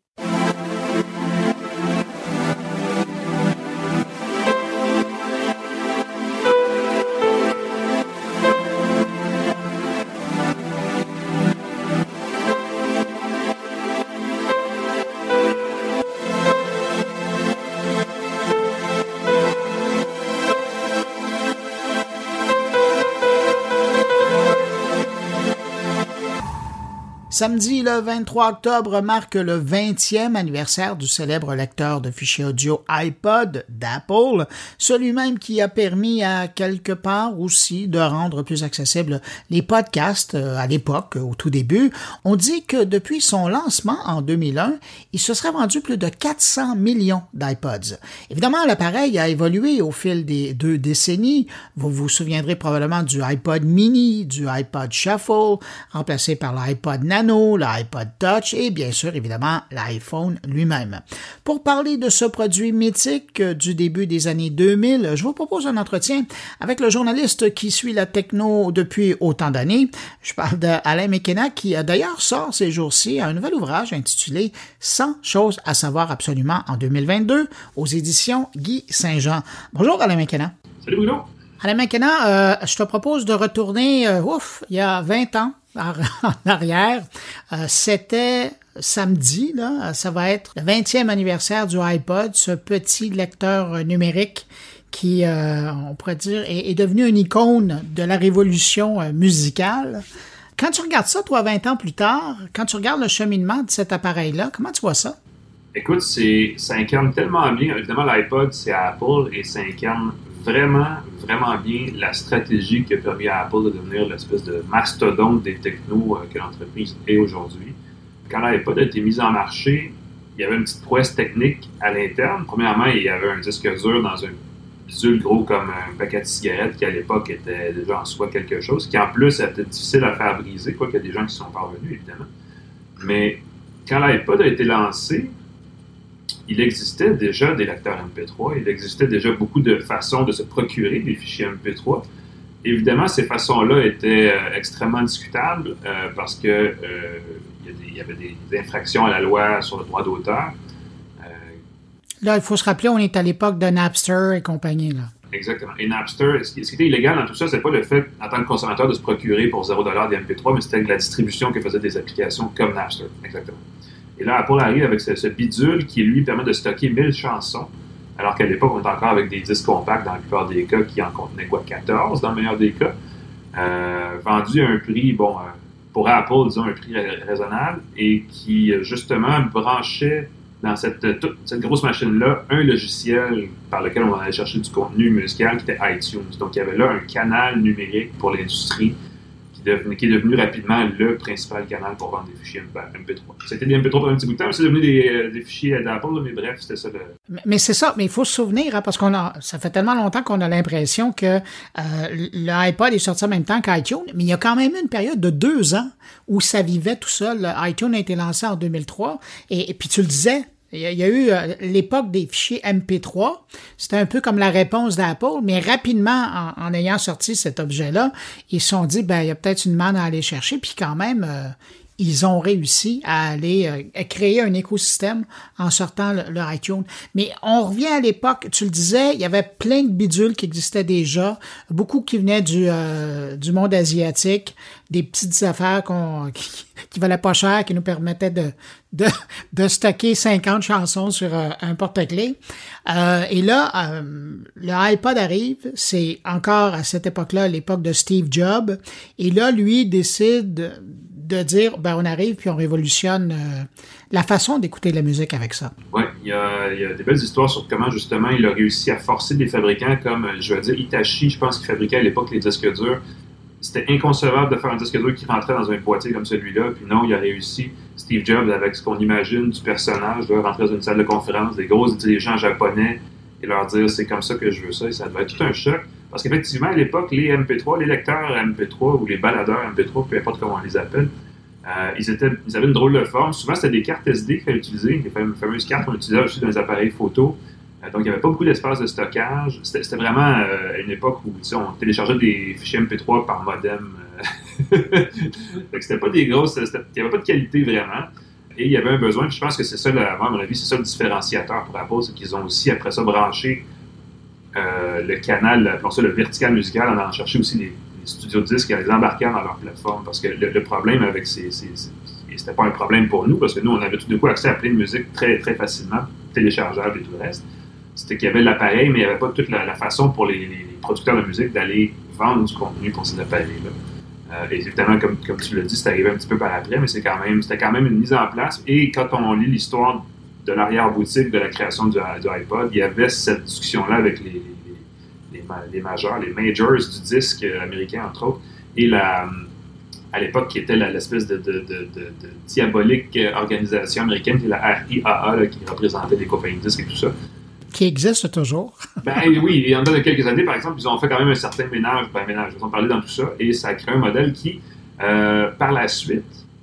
Samedi, le 23 octobre, marque le 20e anniversaire du célèbre lecteur de fichiers audio iPod d'Apple, celui même qui a permis à quelque part aussi de rendre plus accessibles les podcasts à l'époque, au tout début. On dit que depuis son lancement en 2001, il se serait vendu plus de 400 millions d'iPods. Évidemment, l'appareil a évolué au fil des 2 décennies. Vous vous souviendrez probablement du iPod mini, du iPod Shuffle, remplacé par l'iPod Nano, l'iPod Touch et bien sûr, évidemment, l'iPhone lui-même. Pour parler de ce produit mythique du début des années 2000, je vous propose un entretien avec le journaliste qui suit la techno depuis autant d'années. Je parle d'Alain McKenna qui d'ailleurs sort ces jours-ci un nouvel ouvrage intitulé « 100 choses à savoir absolument en 2022 » aux éditions Guy Saint-Jean. Bonjour Alain McKenna. Salut Bruno. Alain McKenna, je te propose de retourner, il y a 20 ans en arrière. C'était samedi, là, ça va être le 20e anniversaire du iPod, ce petit lecteur numérique qui, on pourrait dire, est devenu une icône de la révolution musicale. Quand tu regardes ça, toi, 20 ans plus tard, quand tu regardes le cheminement de cet appareil-là, comment tu vois ça? Écoute, ça incarne tellement bien. Évidemment, l'iPod, c'est à Apple et ça incarne vraiment, vraiment bien la stratégie qui a permis à Apple de devenir l'espèce de mastodonte des technos que l'entreprise est aujourd'hui. Quand l'iPod a été mis en marché, il y avait une petite prouesse technique à l'interne. Premièrement, il y avait un disque dur dans un bidule gros comme un paquet de cigarettes qui, à l'époque, était déjà en soi quelque chose, qui en plus était difficile à faire briser, quoi qu'il y a des gens qui sont parvenus, évidemment. Mais quand l'iPod a été lancé, il existait déjà des lecteurs MP3, il existait déjà beaucoup de façons de se procurer des fichiers MP3. Évidemment, ces façons-là étaient extrêmement discutables parce que il y avait des infractions à la loi sur le droit d'auteur. Là, il faut se rappeler, on est à l'époque de Napster et compagnie, là. Exactement. Et Napster, ce qui était illégal dans tout ça, c'est pas le fait, en tant que consommateur, de se procurer pour $0 des MP3, mais c'était la distribution que faisaient des applications comme Napster. Exactement. Et là, Apple arrive avec ce bidule qui, lui, permet de stocker 1000 chansons, alors qu'à l'époque, on était encore avec des disques compacts dans la plupart des cas qui en contenaient 14 dans le meilleur des cas, vendu à un prix, pour Apple, disons, un prix raisonnable, et qui, justement, branchait dans cette grosse machine-là un logiciel par lequel on allait chercher du contenu musical qui était iTunes. Donc, il y avait là un canal numérique pour l'industrie qui est devenu rapidement le principal canal pour vendre des fichiers MP3. C'était des MP3 pendant un petit bout de temps, mais c'est devenu des fichiers d'Apple, mais bref, c'était ça. Mais c'est ça, mais il faut se souvenir, hein, parce ça fait tellement longtemps qu'on a l'impression que l'iPod est sorti en même temps qu'iTunes, mais il y a quand même eu une période de 2 ans où ça vivait tout seul. iTunes a été lancé en 2003, et puis tu le disais, il y a eu l'époque des fichiers MP3. C'était un peu comme la réponse d'Apple, mais rapidement, en ayant sorti cet objet-là, ils se sont dit, il y a peut-être une manne à aller chercher, puis quand même, ils ont réussi à aller créer un écosystème en sortant le iTunes. Mais on revient à l'époque, tu le disais, il y avait plein de bidules qui existaient déjà, beaucoup qui venaient du monde asiatique, des petites affaires qui valaient pas cher, qui nous permettaient de stocker 50 chansons sur un porte-clés. Et là, le iPod arrive, c'est encore à cette époque-là, l'époque de Steve Jobs, et là, lui décide de dire, on arrive puis on révolutionne la façon d'écouter de la musique avec ça. Oui, il y a des belles histoires sur comment, justement, il a réussi à forcer des fabricants comme, je veux dire, Hitachi, je pense qu'il fabriquait à l'époque les disques durs. C'était inconcevable de faire un disque dur qui rentrait dans un boîtier comme celui-là, puis non, il a réussi. Steve Jobs, avec ce qu'on imagine du personnage, doit rentrer dans une salle de conférence, des gros dirigeants japonais, et leur dire, c'est comme ça que je veux ça, et ça doit être tout un choc. Parce qu'effectivement, à l'époque, les MP3, les lecteurs MP3 ou les baladeurs MP3, peu importe comment on les appelle, ils avaient une drôle de forme. Souvent, c'était des cartes SD qu'il fallait utiliser, les fameuses cartes qu'on utilisait aussi dans les appareils photo. Donc, il n'y avait pas beaucoup d'espace de stockage. C'était vraiment une époque où on téléchargeait des fichiers MP3 par modem C'était pas des grosses, il n'y avait pas de qualité vraiment. Et il y avait un besoin, puis je pense que c'est ça, à mon avis, c'est ça le différenciateur pour Apple, c'est qu'ils ont aussi, après ça, branché le canal, appelons ça le vertical musical, en allant chercher aussi les studios de disques et les embarquer dans leur plateforme. Parce que le problème avec et c'était pas un problème pour nous, parce que nous, on avait tout de coup accès à plein de musique très, très facilement, téléchargeable et tout le reste. C'était qu'il y avait l'appareil, mais il n'y avait pas toute la façon pour les producteurs de musique d'aller vendre du contenu pour ces appareils-là. Et évidemment, comme tu l'as dit, c'est arrivé un petit peu par après, mais c'était quand même une mise en place. Et quand on lit l'histoire de l'arrière-boutique de la création du iPod, il y avait cette discussion-là avec les majors, les majors du disque américain, entre autres, et à l'époque, qui était l'espèce de diabolique organisation américaine, qui est la RIAA, là, qui représentait les compagnies de disques et tout ça. Qui existe toujours. Ben oui, et en dedans de quelques années, par exemple, ils ont fait quand même un certain ménage, ils ont parlé dans tout ça, et ça a créé un modèle qui, par la suite,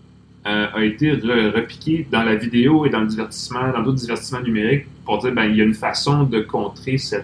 a été repiqué dans la vidéo et dans le divertissement, dans d'autres divertissements numériques, pour dire, il y a une façon de contrer cette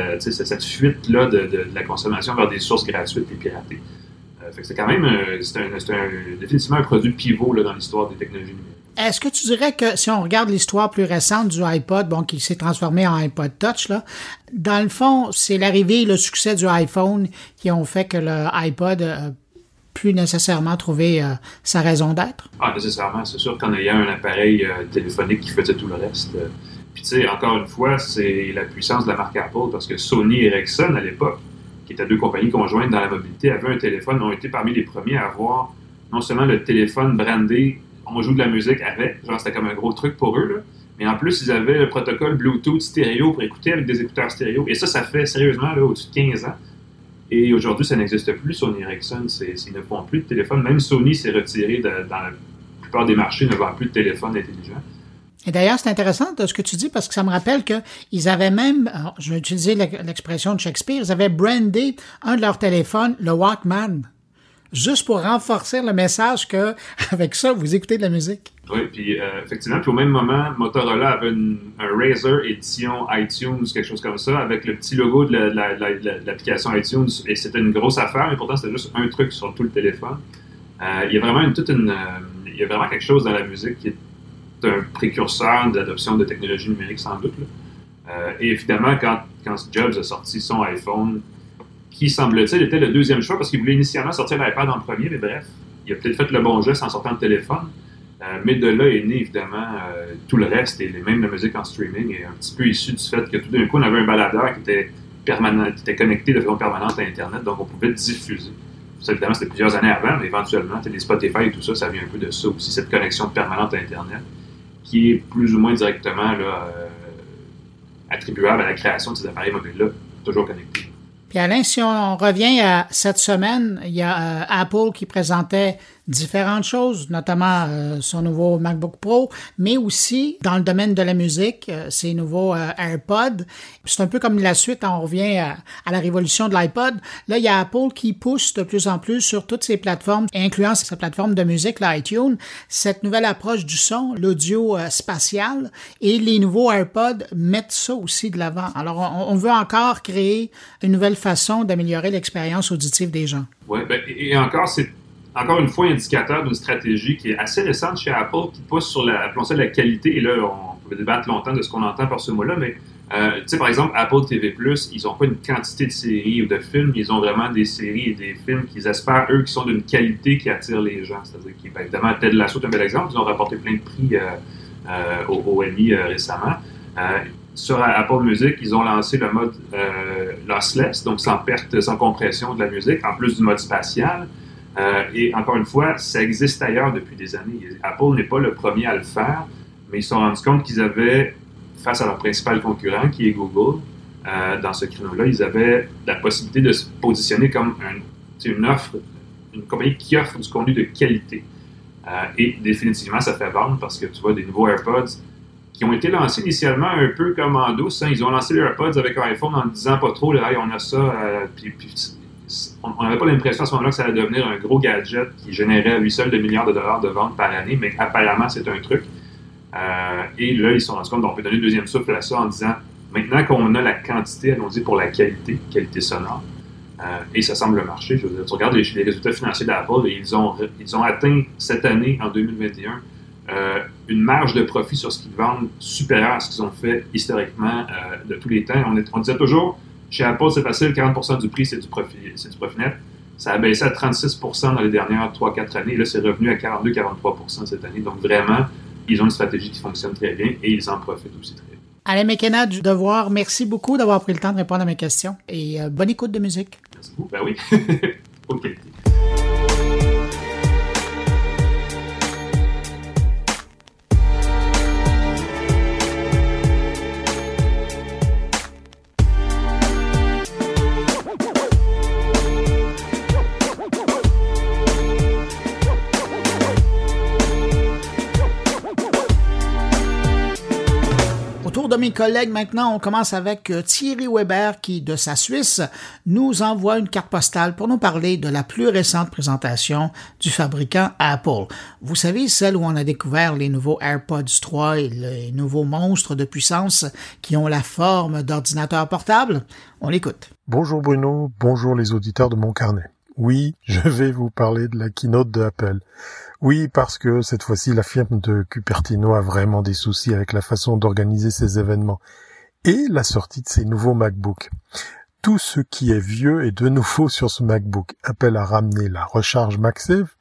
fuite-là de la consommation vers des sources gratuites et piratées. Fait que c'est quand même, définitivement un produit pivot là, dans l'histoire des technologies numériques. Est-ce que tu dirais que si on regarde l'histoire plus récente du iPod, qui s'est transformé en iPod Touch, là, dans le fond, c'est l'arrivée et le succès du iPhone qui ont fait que le iPod a pu nécessairement trouver sa raison d'être? Ah, nécessairement. C'est sûr qu'en ayant un appareil téléphonique qui faisait tout le reste. Puis tu sais, encore une fois, c'est la puissance de la marque Apple, parce que Sony et Ericsson, à l'époque, qui étaient deux compagnies conjointes dans la mobilité, avaient un téléphone, ont été parmi les premiers à avoir non seulement le téléphone brandé, on joue de la musique avec, genre c'était comme un gros truc pour eux, là, mais en plus, ils avaient le protocole Bluetooth stéréo pour écouter avec des écouteurs stéréo. Et ça fait sérieusement là, au-dessus de 15 ans. Et aujourd'hui, ça n'existe plus, Sony Ericsson, ils ne font plus de téléphone. Même Sony s'est retiré dans la plupart des marchés, ne vend plus de téléphone intelligent. Et d'ailleurs, c'est intéressant ce que tu dis, parce que ça me rappelle qu'ils avaient même, je vais utiliser l'expression de Shakespeare, ils avaient brandé un de leurs téléphones, le Walkman, juste pour renforcer le message que avec ça, vous écoutez de la musique. Oui, puis effectivement, puis au même moment, Motorola avait un Razr édition iTunes, quelque chose comme ça, avec le petit logo de l'application iTunes, et c'était une grosse affaire, mais pourtant c'était juste un truc sur tout le téléphone. Il y a vraiment il y a vraiment quelque chose dans la musique qui est un précurseur de l'adoption de technologies numériques, sans doute. Et évidemment, quand Jobs a sorti son iPhone, qui semble-t-il était le deuxième choix, parce qu'il voulait initialement sortir l'iPad en premier, mais bref, il a peut-être fait le bon geste en sortant le téléphone. Mais de là est né, évidemment, tout le reste, et même la musique en streaming est un petit peu issue du fait que tout d'un coup, on avait un baladeur qui était connecté de façon permanente à Internet, donc on pouvait diffuser. Ça, évidemment, c'était plusieurs années avant, mais éventuellement, les Spotify et tout ça, ça vient un peu de ça aussi, cette connexion permanente à Internet, qui est plus ou moins directement attribuable à la création de ces appareils mobiles-là, toujours connectés. Puis Alain, si on revient à cette semaine, il y a Apple qui présentait différentes choses, notamment son nouveau MacBook Pro, mais aussi dans le domaine de la musique, ses nouveaux AirPods. C'est un peu comme la suite, on revient à la révolution de l'iPod. Là, il y a Apple qui pousse de plus en plus sur toutes ses plateformes, incluant sa plateforme de musique, l'iTunes, cette nouvelle approche du son, l'audio spatial, et les nouveaux AirPods mettent ça aussi de l'avant. Alors, on veut encore créer une nouvelle façon d'améliorer l'expérience auditive des gens. Oui, et encore, c'est encore une fois indicateur d'une stratégie qui est assez récente chez Apple, qui pousse sur la qualité. Et là, on peut débattre longtemps de ce qu'on entend par ce mot-là, mais tu sais, par exemple, Apple TV+, ils n'ont pas une quantité de séries ou de films, ils ont vraiment des séries et des films qu'ils espèrent, eux, qui sont d'une qualité qui attire les gens. C'est-à-dire évidemment, Ted Lasso est un bel exemple, ils ont rapporté plein de prix au Emmy récemment. Sur Apple Music, ils ont lancé le mode lossless, donc sans perte, sans compression de la musique, en plus du mode spatial. Et encore une fois, ça existe ailleurs depuis des années. Apple n'est pas le premier à le faire, mais ils se sont rendus compte qu'ils avaient, face à leur principal concurrent, qui est Google, dans ce créneau-là, ils avaient la possibilité de se positionner comme une compagnie qui offre du contenu de qualité. Et définitivement, ça fait vendre parce que tu vois des nouveaux AirPods qui ont été lancés initialement un peu comme en douce. Ils ont lancé les AirPods avec un iPhone en disant pas trop, là, on a ça, puis on n'avait pas l'impression à ce moment-là que ça allait devenir un gros gadget qui générait à lui seul des milliards de dollars de ventes par année, mais apparemment, c'est un truc. Et là, ils se sont rendus compte qu'on peut donner le deuxième souffle à ça en disant, maintenant qu'on a la quantité, allons-y pour la qualité sonore, et ça semble marcher. Je veux dire, tu regardes les résultats financiers d'Apple et ils ont atteint cette année, en 2021, une marge de profit sur ce qu'ils vendent supérieure à ce qu'ils ont fait historiquement de tous les temps. On disait toujours, chez Apple, c'est facile, 40% du prix, c'est du profit net. Ça a baissé à 36% dans les dernières 3-4 années. Là, c'est revenu à 42-43% cette année. Donc, vraiment, ils ont une stratégie qui fonctionne très bien et ils en profitent aussi très bien. Alain McKenna du Devoir, merci beaucoup d'avoir pris le temps de répondre à mes questions et bonne écoute de musique. Merci beaucoup. Ben oui. OK. De mes collègues, maintenant, on commence avec Thierry Weber qui, de sa Suisse, nous envoie une carte postale pour nous parler de la plus récente présentation du fabricant Apple. Vous savez, celle où on a découvert les nouveaux AirPods 3 et les nouveaux monstres de puissance qui ont la forme d'ordinateurs portables? On l'écoute. Bonjour Bruno, bonjour les auditeurs de mon carnet. Oui, je vais vous parler de la keynote de Apple. Oui, parce que cette fois-ci, la firme de Cupertino a vraiment des soucis avec la façon d'organiser ses événements et la sortie de ses nouveaux MacBooks. Tout ce qui est vieux est de nouveau sur ce MacBook. Apple a ramené la recharge MagSafe,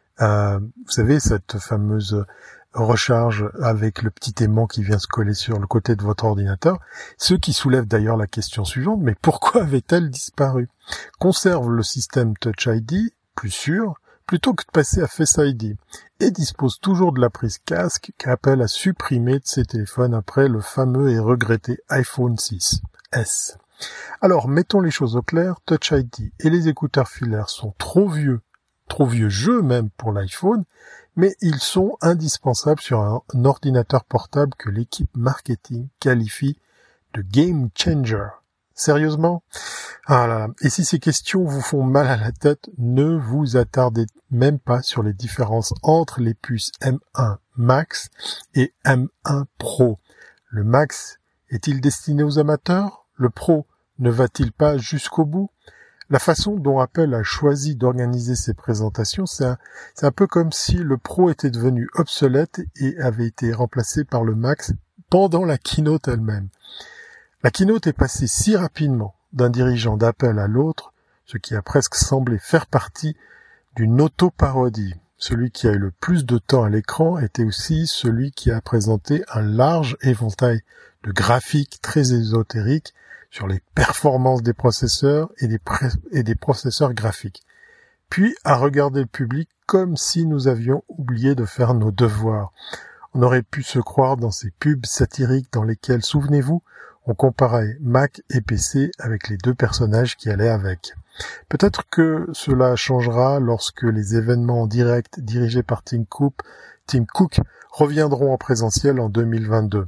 vous savez, cette fameuse recharge avec le petit aimant qui vient se coller sur le côté de votre ordinateur, ce qui soulève d'ailleurs la question suivante, mais pourquoi avait-elle disparu? Conserve le système Touch ID, plus sûr, plutôt que de passer à Face ID, et dispose toujours de la prise casque qu'Apple a supprimée de ses téléphones après le fameux et regretté iPhone 6S. Alors, mettons les choses au clair, Touch ID et les écouteurs filaires sont trop vieux jeu même pour l'iPhone, mais ils sont indispensables sur un ordinateur portable que l'équipe marketing qualifie de game changer. Sérieusement? Ah là là. Et si ces questions vous font mal à la tête, ne vous attardez même pas sur les différences entre les puces M1 Max et M1 Pro. Le Max est-il destiné aux amateurs? Le Pro ne va-t-il pas jusqu'au bout? La façon dont Apple a choisi d'organiser ses présentations, c'est un peu comme si le Pro était devenu obsolète et avait été remplacé par le Max pendant la keynote elle-même. La keynote est passée si rapidement d'un dirigeant d'Apple à l'autre, ce qui a presque semblé faire partie d'une auto-parodie. Celui qui a eu le plus de temps à l'écran était aussi celui qui a présenté un large éventail de graphiques très ésotériques sur les performances des processeurs et des processeurs graphiques. Puis à regarder le public comme si nous avions oublié de faire nos devoirs. On aurait pu se croire dans ces pubs satiriques dans lesquelles, souvenez-vous, on comparait Mac et PC avec les deux personnages qui allaient avec. Peut-être que cela changera lorsque les événements en direct dirigés par Tim Cook reviendront en présentiel en 2022.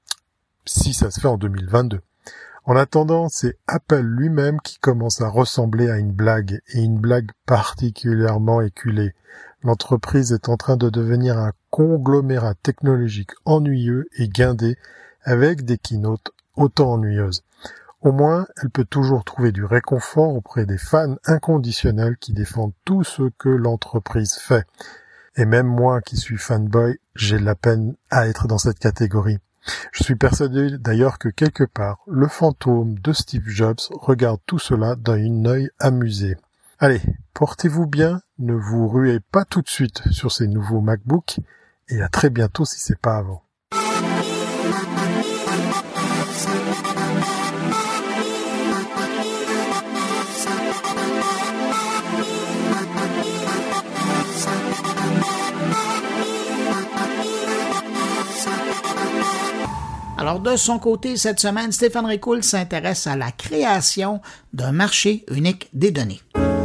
Si ça se fait en 2022. En attendant, c'est Apple lui-même qui commence à ressembler à une blague, et une blague particulièrement éculée. L'entreprise est en train de devenir un conglomérat technologique ennuyeux et guindé, avec des keynotes autant ennuyeuses. Au moins, elle peut toujours trouver du réconfort auprès des fans inconditionnels qui défendent tout ce que l'entreprise fait. Et même moi qui suis fanboy, j'ai de la peine à être dans cette catégorie. Je suis persuadé d'ailleurs que quelque part, le fantôme de Steve Jobs regarde tout cela d'un œil amusé. Allez, portez-vous bien, ne vous ruez pas tout de suite sur ces nouveaux MacBooks, et à très bientôt si c'est pas avant. Alors, de son côté, cette semaine, Stéphane Ricoul s'intéresse à la création d'un marché unique des données.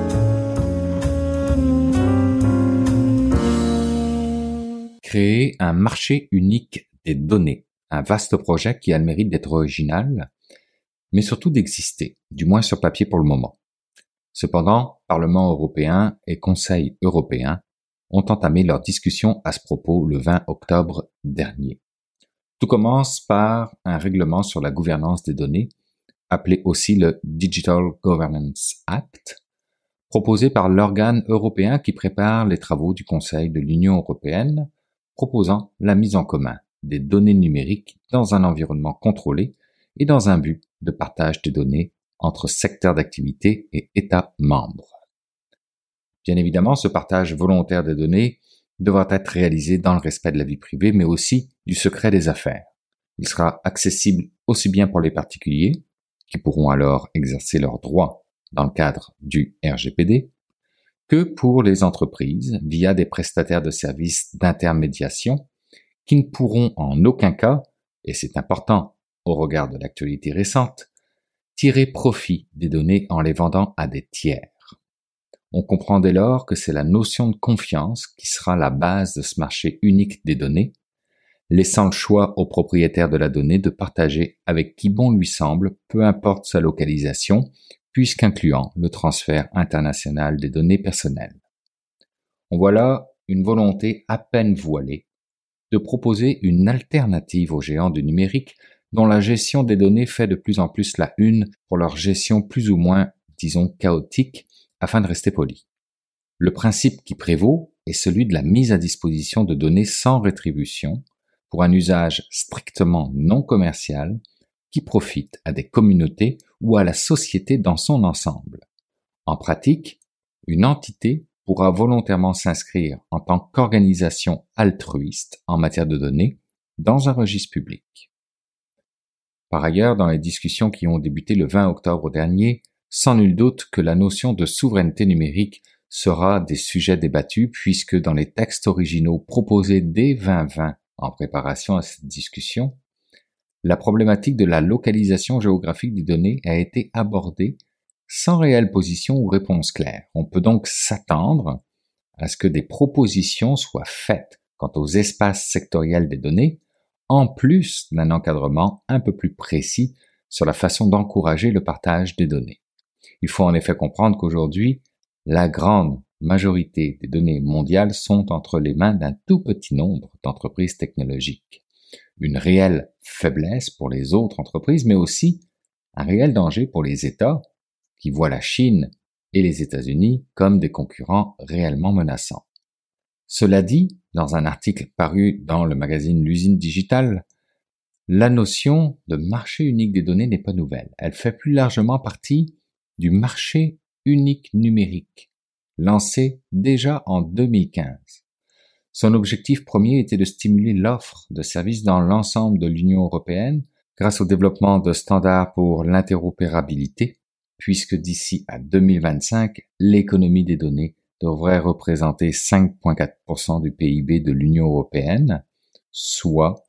Créer un marché unique des données, un vaste projet qui a le mérite d'être original, mais surtout d'exister, du moins sur papier pour le moment. Cependant, Parlement européen et Conseil européen ont entamé leurs discussions à ce propos le 20 octobre dernier. Tout commence par un règlement sur la gouvernance des données appelé aussi le Digital Governance Act, proposé par l'organe européen qui prépare les travaux du Conseil de l'Union européenne, proposant la mise en commun des données numériques dans un environnement contrôlé et dans un but de partage des données entre secteurs d'activité et États membres. Bien évidemment, ce partage volontaire des données devra être réalisé dans le respect de la vie privée, mais aussi du secret des affaires. Il sera accessible aussi bien pour les particuliers, qui pourront alors exercer leurs droits dans le cadre du RGPD, que pour les entreprises via des prestataires de services d'intermédiation qui ne pourront en aucun cas, et c'est important au regard de l'actualité récente, tirer profit des données en les vendant à des tiers. On comprend dès lors que c'est la notion de confiance qui sera la base de ce marché unique des données, laissant le choix au propriétaire de la donnée de partager avec qui bon lui semble, peu importe sa localisation, puisqu'incluant le transfert international des données personnelles. On voit là une volonté à peine voilée de proposer une alternative aux géants du numérique dont la gestion des données fait de plus en plus la une pour leur gestion plus ou moins, disons, chaotique, afin de rester poli. Le principe qui prévaut est celui de la mise à disposition de données sans rétribution pour un usage strictement non commercial qui profite à des communautés ou à la société dans son ensemble. En pratique, une entité pourra volontairement s'inscrire en tant qu'organisation altruiste en matière de données dans un registre public. Par ailleurs, dans les discussions qui ont débuté le 20 octobre dernier, sans nul doute que la notion de souveraineté numérique sera des sujets débattus puisque dans les textes originaux proposés dès 2020 en préparation à cette discussion, la problématique de la localisation géographique des données a été abordée sans réelle position ou réponse claire. On peut donc s'attendre à ce que des propositions soient faites quant aux espaces sectoriels des données, en plus d'un encadrement un peu plus précis sur la façon d'encourager le partage des données. Il faut en effet comprendre qu'aujourd'hui, la grande majorité des données mondiales sont entre les mains d'un tout petit nombre d'entreprises technologiques. Une réelle faiblesse pour les autres entreprises, mais aussi un réel danger pour les États qui voient la Chine et les États-Unis comme des concurrents réellement menaçants. Cela dit, dans un article paru dans le magazine L'Usine Digitale, la notion de marché unique des données n'est pas nouvelle. Elle fait plus largement partie du marché unique numérique, lancé déjà en 2015. Son objectif premier était de stimuler l'offre de services dans l'ensemble de l'Union européenne grâce au développement de standards pour l'interopérabilité, puisque d'ici à 2025, l'économie des données devrait représenter 5,4% du PIB de l'Union européenne, soit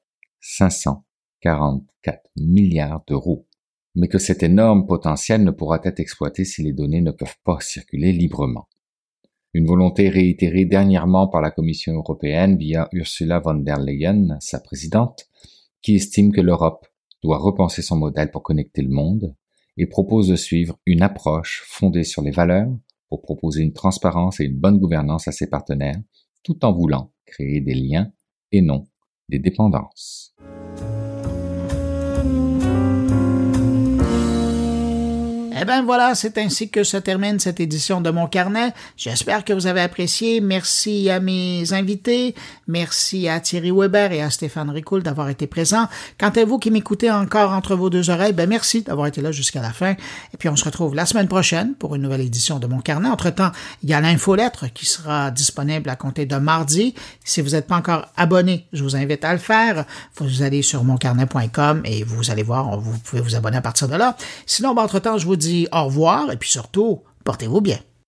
544 milliards d'euros. Mais que cet énorme potentiel ne pourra être exploité si les données ne peuvent pas circuler librement. Une volonté réitérée dernièrement par la Commission européenne via Ursula von der Leyen, sa présidente, qui estime que l'Europe doit repenser son modèle pour connecter le monde et propose de suivre une approche fondée sur les valeurs pour proposer une transparence et une bonne gouvernance à ses partenaires, tout en voulant créer des liens et non des dépendances. Eh bien voilà, c'est ainsi que se termine cette édition de Mon Carnet. J'espère que vous avez apprécié. Merci à mes invités. Merci à Thierry Weber et à Stéphane Ricoul d'avoir été présents. Quant à vous qui m'écoutez encore entre vos deux oreilles, merci d'avoir été là jusqu'à la fin. Et puis on se retrouve la semaine prochaine pour une nouvelle édition de Mon Carnet. Entre-temps, il y a l'infolettre qui sera disponible à compter de mardi. Si vous n'êtes pas encore abonné, je vous invite à le faire. Vous allez sur moncarnet.com et vous allez voir, vous pouvez vous abonner à partir de là. Sinon, entre-temps, je vous dis au revoir et puis surtout, portez-vous bien.